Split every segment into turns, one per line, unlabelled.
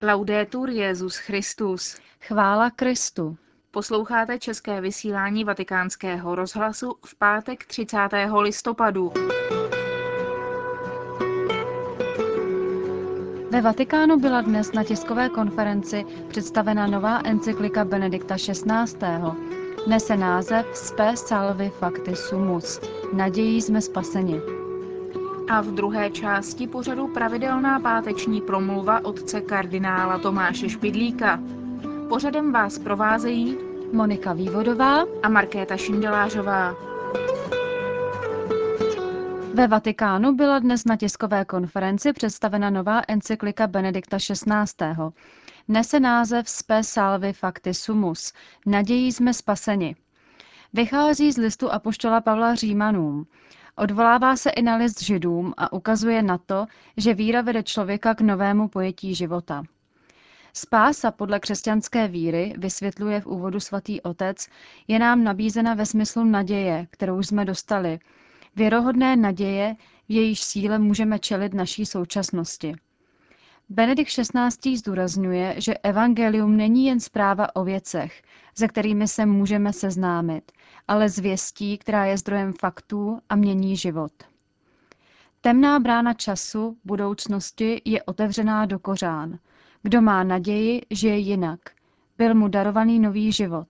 Laudetur Jesus Christus.
Chvála Kristu.
Posloucháte české vysílání Vatikánského rozhlasu v pátek 30. listopadu.
Ve Vatikánu byla dnes na tiskové konferenci představena nová encyklika Benedikta XVI. Nese název Spe salvi facti sumus. Nadějí jsme spaseni.
A v druhé části pořadu pravidelná páteční promluva otce kardinála Tomáše Špidlíka. Pořadem vás provázejí
Monika Vývodová
a Markéta Šindelářová.
Ve Vatikánu byla dnes na tiskové konferenci představena nová encyklika Benedikta XVI. Nese název Spe salvi facti sumus. Nadějí jsme spaseni. Vychází z listu apoštola Pavla Římanům. Odvolává se i na list Židům a ukazuje na to, že víra vede člověka k novému pojetí života. Spása podle křesťanské víry, vysvětluje v úvodu svatý otec, je nám nabízena ve smyslu naděje, kterou jsme dostali. Věrohodné naděje, v jejíž síle můžeme čelit naší současnosti. Benedikt XVI. Zdůrazňuje, že evangelium není jen zpráva o věcech, se kterými se můžeme seznámit, ale zvěstí, která je zdrojem faktů a mění život. Temná brána času, budoucnosti je otevřená do kořán. Kdo má naději, žije jinak. Byl mu darovaný nový život.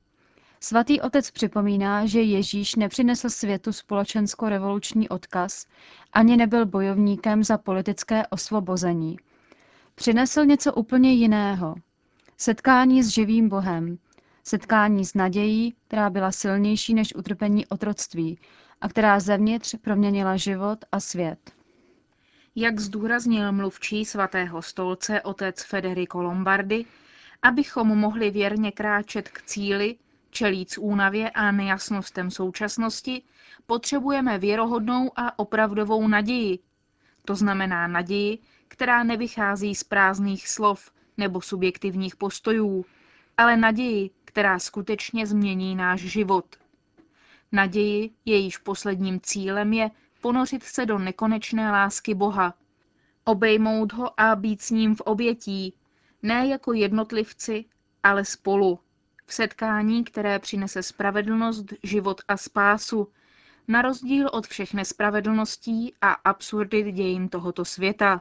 Svatý otec připomíná, že Ježíš nepřinesl světu společensko-revoluční odkaz, ani nebyl bojovníkem za politické osvobození. Přinesl něco úplně jiného. Setkání s živým Bohem. Setkání s nadějí, která byla silnější než utrpení otroctví a která zevnitř proměnila život a svět.
Jak zdůraznil mluvčí svatého stolce otec Federico Lombardi, abychom mohli věrně kráčet k cíli, čelíc únavě a nejasnostem současnosti, potřebujeme věrohodnou a opravdovou naději. To znamená naději, která nevychází z prázdných slov nebo subjektivních postojů, ale naději, která skutečně změní náš život. Naději, jejíž posledním cílem je ponořit se do nekonečné lásky Boha, obejmout ho a být s ním v obětí, ne jako jednotlivci, ale spolu, v setkání, které přinese spravedlnost, život a spásu, na rozdíl od všech nespravedlností a absurdit dějin tohoto světa.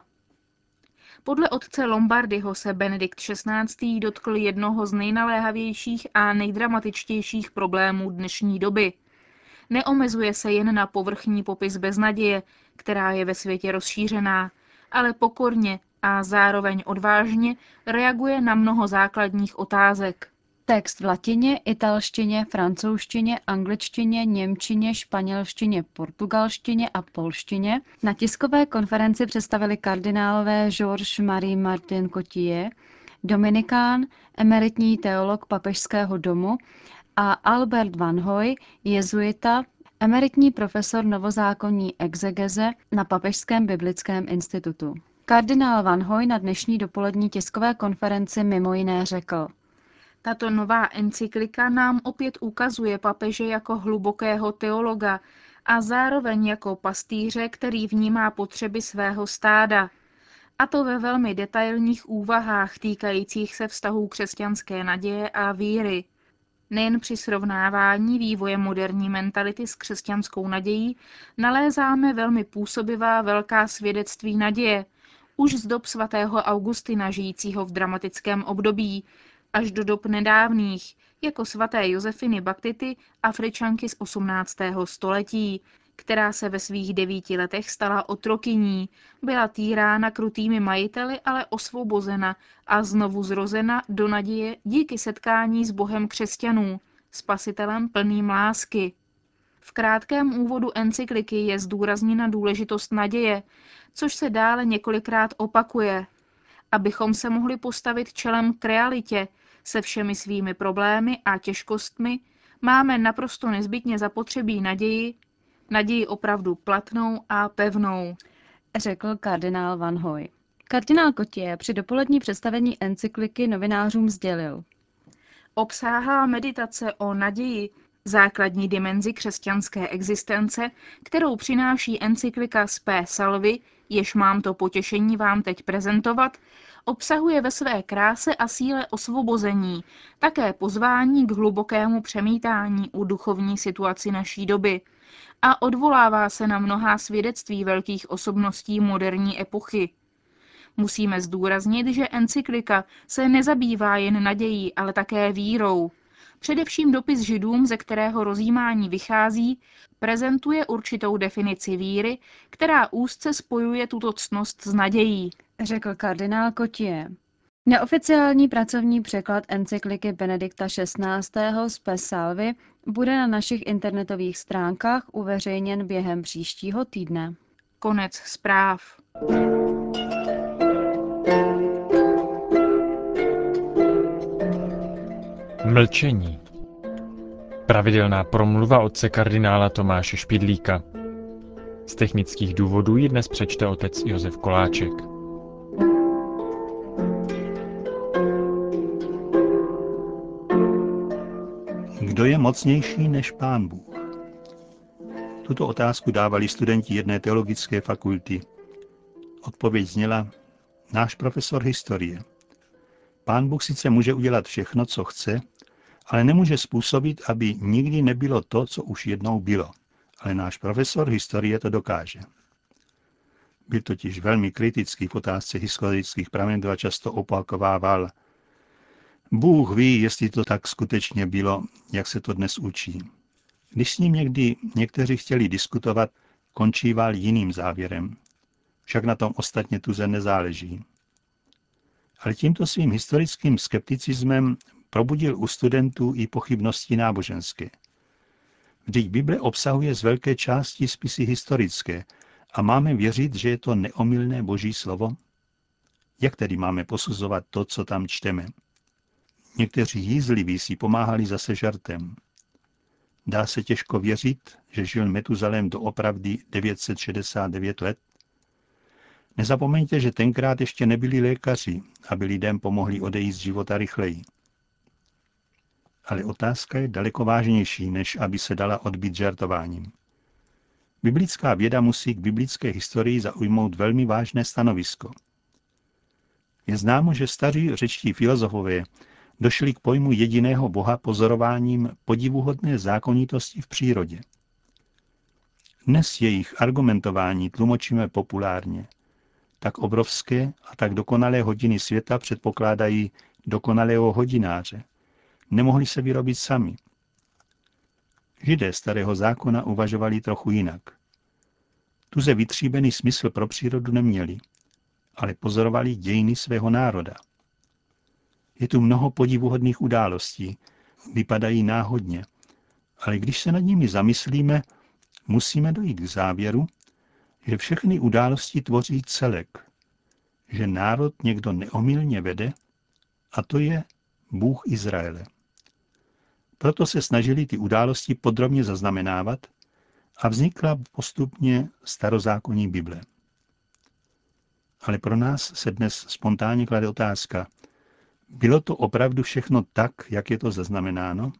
Podle otce Lombardyho se Benedikt XVI. Dotkl jednoho z nejnaléhavějších a nejdramatičtějších problémů dnešní doby. Neomezuje se jen na povrchní popis beznaděje, která je ve světě rozšířená, ale pokorně a zároveň odvážně reaguje na mnoho základních otázek.
Text v latině, italštině, francouzštině, angličtině, němčině, španělštině, portugalštině a polštině na tiskové konferenci představili kardinálové Georges Marie Martin Cottier, dominikán, emeritní teolog Papežského domu a Albert Van Hoy, jezuita, emeritní profesor novozákonní exegeze na Papežském biblickém institutu. Kardinál Van Hoy na dnešní dopolední tiskové konferenci mimo jiné řekl:
Tato nová encyklika nám opět ukazuje papeže jako hlubokého teologa a zároveň jako pastýře, který vnímá potřeby svého stáda. A to ve velmi detailních úvahách týkajících se vztahů křesťanské naděje a víry. Nejen při srovnávání vývoje moderní mentality s křesťanskou nadějí nalézáme velmi působivá velká svědectví naděje, už z dob svatého Augustina žijícího v dramatickém období, až do dob nedávných, jako svaté Josefiny Baktity, Afričanky z 18. století, která se ve svých 9 letech stala otrokyní, byla týrána krutými majiteli, ale osvobozena a znovu zrozena do naděje díky setkání s Bohem křesťanů, spasitelem plným lásky. V krátkém úvodu encykliky je zdůrazněna důležitost naděje, což se dále několikrát opakuje, abychom se mohli postavit čelem k realitě se všemi svými problémy a těžkostmi, máme naprosto nezbytně zapotřebí naději opravdu platnou a pevnou,
řekl kardinál Van Hoy. Kardinál Cottier při dopolední představení encykliky novinářům sdělil:
obsáhlá meditace o naději, základní dimenzi křesťanské existence, kterou přináší encyklika Spe salvi, jež mám to potěšení vám teď prezentovat, Obsahuje ve své kráse a síle osvobození, také pozvání k hlubokému přemítání o duchovní situaci naší doby a odvolává se na mnohá svědectví velkých osobností moderní epochy. Musíme zdůraznit, že encyklika se nezabývá jen nadějí, ale také vírou. Především dopis Židům, ze kterého rozjímání vychází, prezentuje určitou definici víry, která úzce spojuje tuto ctnost s nadějí,
řekl kardinál Cotier. Neoficiální pracovní překlad encykliky Benedikta XVI. Spe Salvi bude na našich internetových stránkách uveřejněn během příštího týdne.
Konec zpráv.
Mlčení. Pravidelná promluva otce kardinála Tomáše Špidlíka. Z technických důvodů ji dnes přečte otec Josef Koláček.
Kdo je mocnější než Pán Bůh? Tuto otázku dávali studenti jedné teologické fakulty. Odpověď zněla: náš profesor historie. Pán Bůh sice může udělat všechno, co chce, ale nemůže způsobit, aby nikdy nebylo to, co už jednou bylo. Ale náš profesor historie to dokáže. Byl totiž velmi kritický v otázce historických pramenů a často opakovával: Bůh ví, jestli to tak skutečně bylo, jak se to dnes učí. Když s ním někdy někteří chtěli diskutovat, končíval jiným závěrem. Však na tom ostatně tuze nezáleží. Ale tímto svým historickým skepticismem probudil u studentů i pochybnosti náboženské. Vždyť Bible obsahuje z velké části spisy historické a máme věřit, že je to neomylné Boží slovo? Jak tedy máme posuzovat to, co tam čteme? Někteří jízliví si pomáhali zase žartem. Dá se těžko věřit, že žil Metuzalém doopravdy 969 let? Nezapomeňte, že tenkrát ještě nebyli lékaři, aby lidem pomohli odejít z života rychleji. Ale otázka je daleko vážnější, než aby se dala odbít žartováním. Biblická věda musí k biblické historii zaujmout velmi vážné stanovisko. Je známo, že staří řečtí filozofové došli k pojmu jediného Boha pozorováním podivuhodné zákonitosti v přírodě. Dnes jejich argumentování tlumočíme populárně. Tak obrovské a tak dokonalé hodiny světa předpokládají dokonalého hodináře. Nemohli se vyrobit sami. Židé starého zákona uvažovali trochu jinak. Tuze vytříbený smysl pro přírodu neměli, ale pozorovali dějiny svého národa. Je tu mnoho podivuhodných událostí, vypadají náhodně, ale když se nad nimi zamyslíme, musíme dojít k závěru, že všechny události tvoří celek, že národ někdo neomylně vede, a to je Bůh Izraele. Proto se snažili ty události podrobně zaznamenávat a vznikla postupně starozákonní Bible. Ale pro nás se dnes spontánně klade otázka: bylo to opravdu všechno tak, jak je to zaznamenáno?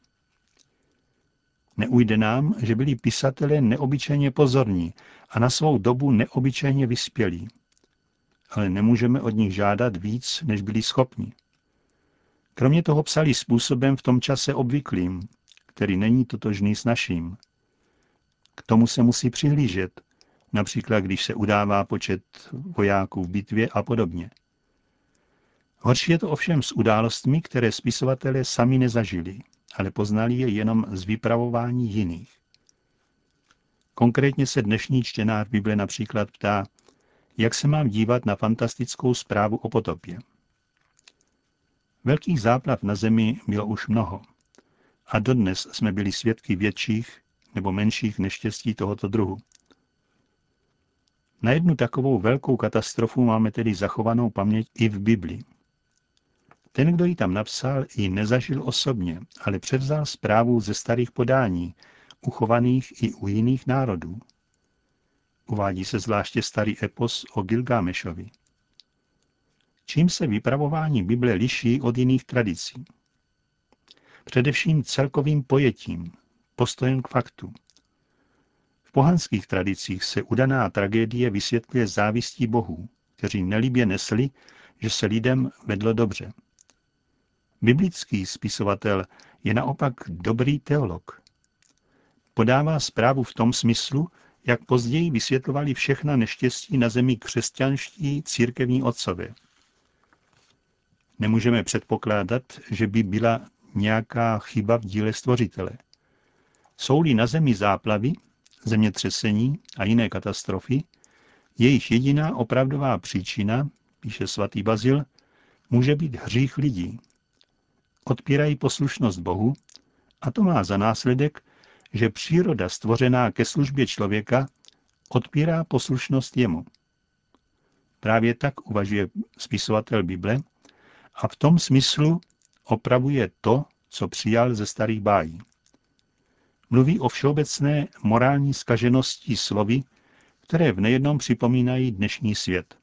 Neujde nám, že byli pisatelé neobyčejně pozorní a na svou dobu neobyčejně vyspělí. Ale nemůžeme od nich žádat víc, než byli schopni. Kromě toho psali způsobem v tom čase obvyklým, který není totožný s naším. K tomu se musí přihlížet, například když se udává počet vojáků v bitvě a podobně. Horší je to ovšem s událostmi, které spisovatelé sami nezažili, ale poznali je jenom z vypravování jiných. Konkrétně se dnešní čtenář Bible například ptá, jak se mám dívat na fantastickou zprávu o potopě. Velkých záplav na zemi bylo už mnoho a dodnes jsme byli svědky větších nebo menších neštěstí tohoto druhu. Na jednu takovou velkou katastrofu máme tedy zachovanou paměť i v Bibli. Ten, kdo ji tam napsal, ji nezažil osobně, ale převzal zprávu ze starých podání, uchovaných i u jiných národů. Uvádí se zvláště starý epos o Gilgamešovi. Čím se vypravování Bible liší od jiných tradicí? Především celkovým pojetím, postojem k faktu. V pohanských tradicích se udaná tragédie vysvětluje závistí bohů, kteří nelibě nesli, že se lidem vedlo dobře. Biblický spisovatel je naopak dobrý teolog. Podává zprávu v tom smyslu, jak později vysvětlovali všechna neštěstí na zemi křesťanští církevní otcové. Nemůžeme předpokládat, že by byla nějaká chyba v díle Stvořitele. Jsou-li na zemi záplavy, zemětřesení a jiné katastrofy, jejich jediná opravdová příčina, píše svatý Bazil, může být hřích lidí. Odpírají poslušnost Bohu a to má za následek, že příroda stvořená ke službě člověka odpírá poslušnost jemu. Právě tak uvažuje spisovatel Bible a v tom smyslu opravuje to, co přijal ze starých bájí. Mluví o všeobecné morální zkaženosti slovy, které v nejednom připomínají dnešní svět.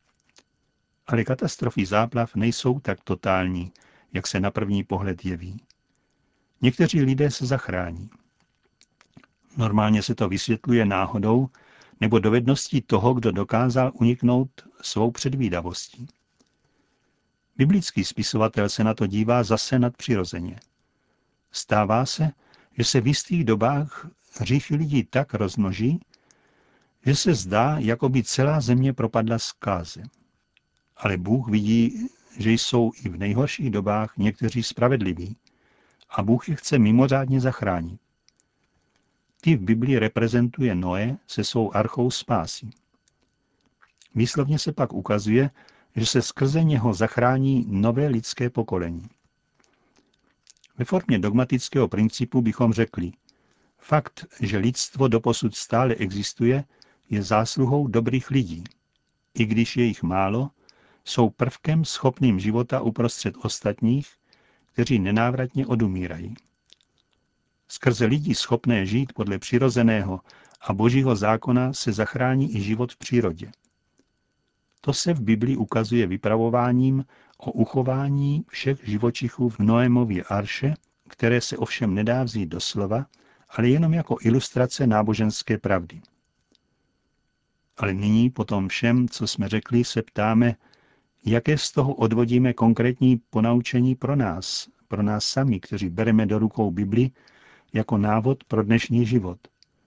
Ale katastrofy záplav nejsou tak totální, jak se na první pohled jeví. Někteří lidé se zachrání. Normálně se to vysvětluje náhodou nebo dovedností toho, kdo dokázal uniknout svou předvídavostí. Biblický spisovatel se na to dívá zase nadpřirozeně. Stává se, že se v jistých dobách hříchy lidí tak rozmnoží, že se zdá, jako by celá země propadla zkáze. Ale Bůh vidí, že jsou i v nejhorších dobách někteří spravedliví a Bůh je chce mimořádně zachránit. Ty v Biblii reprezentuje Noé se svou archou spásy. Výslovně se pak ukazuje, že se skrze něho zachrání nové lidské pokolení. Ve formě dogmatického principu bychom řekli, fakt, že lidstvo doposud stále existuje, je zásluhou dobrých lidí. I když je jich málo, jsou prvkem schopným života uprostřed ostatních, kteří nenávratně odumírají. Skrze lidi schopné žít podle přirozeného a božího zákona se zachrání i život v přírodě. To se v Biblii ukazuje vypravováním o uchování všech živočichů v Noémově arše, které se ovšem nedá vzít doslova, ale jenom jako ilustrace náboženské pravdy. Ale nyní po tom všem, co jsme řekli, se ptáme, jaké z toho odvodíme konkrétní ponaučení pro nás sami, kteří bereme do rukou Bibli jako návod pro dnešní život.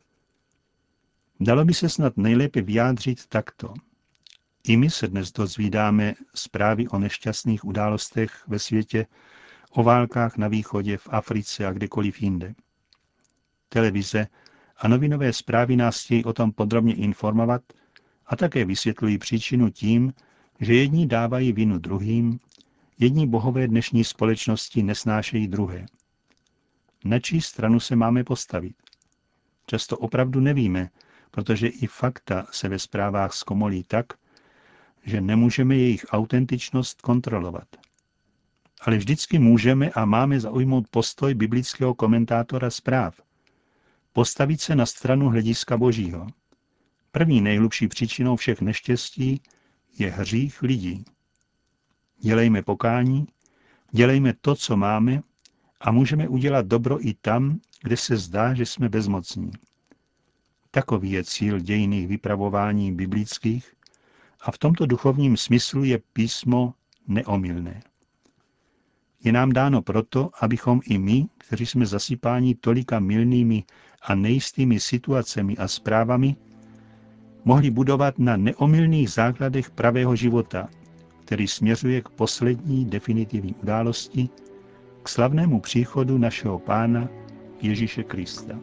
Dalo by se snad nejlépe vyjádřit takto. I my se dnes dozvídáme zprávy o nešťastných událostech ve světě, o válkách na východě, v Africe a kdekoliv jinde. Televize a novinové zprávy nás chtějí o tom podrobně informovat a také vysvětlují příčinu tím, že jedni dávají vinu druhým, jedni bohové dnešní společnosti nesnášejí druhé. Na čí stranu se máme postavit? Často opravdu nevíme, protože i fakta se ve zprávách zkomolí tak, že nemůžeme jejich autentičnost kontrolovat. Ale vždycky můžeme a máme zaujmout postoj biblického komentátora zpráv. Postavit se na stranu hlediska Božího. První nejhlubší příčinou všech neštěstí je hřích lidí. Dělejme pokání, dělejme to, co máme, a můžeme udělat dobro i tam, kde se zdá, že jsme bezmocní. Takový je cíl dějinných vypravování biblických a v tomto duchovním smyslu je písmo neomylné. Je nám dáno proto, abychom i my, kteří jsme zasypáni tolika mylnými a nejistými situacemi a zprávami, mohli budovat na neomylných základech pravého života, který směřuje k poslední definitivní události, k slavnému příchodu našeho Pána Ježíše Krista.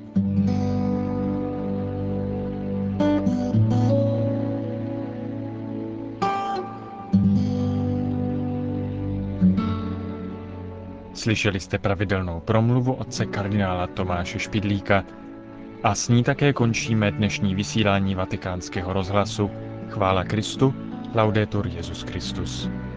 Slyšeli jste pravidelnou promluvu otce kardinála Tomáše Špidlíka a s ní také končíme dnešní vysílání Vatikánského rozhlasu. Chvála Kristu, laudetur Jesus Christus.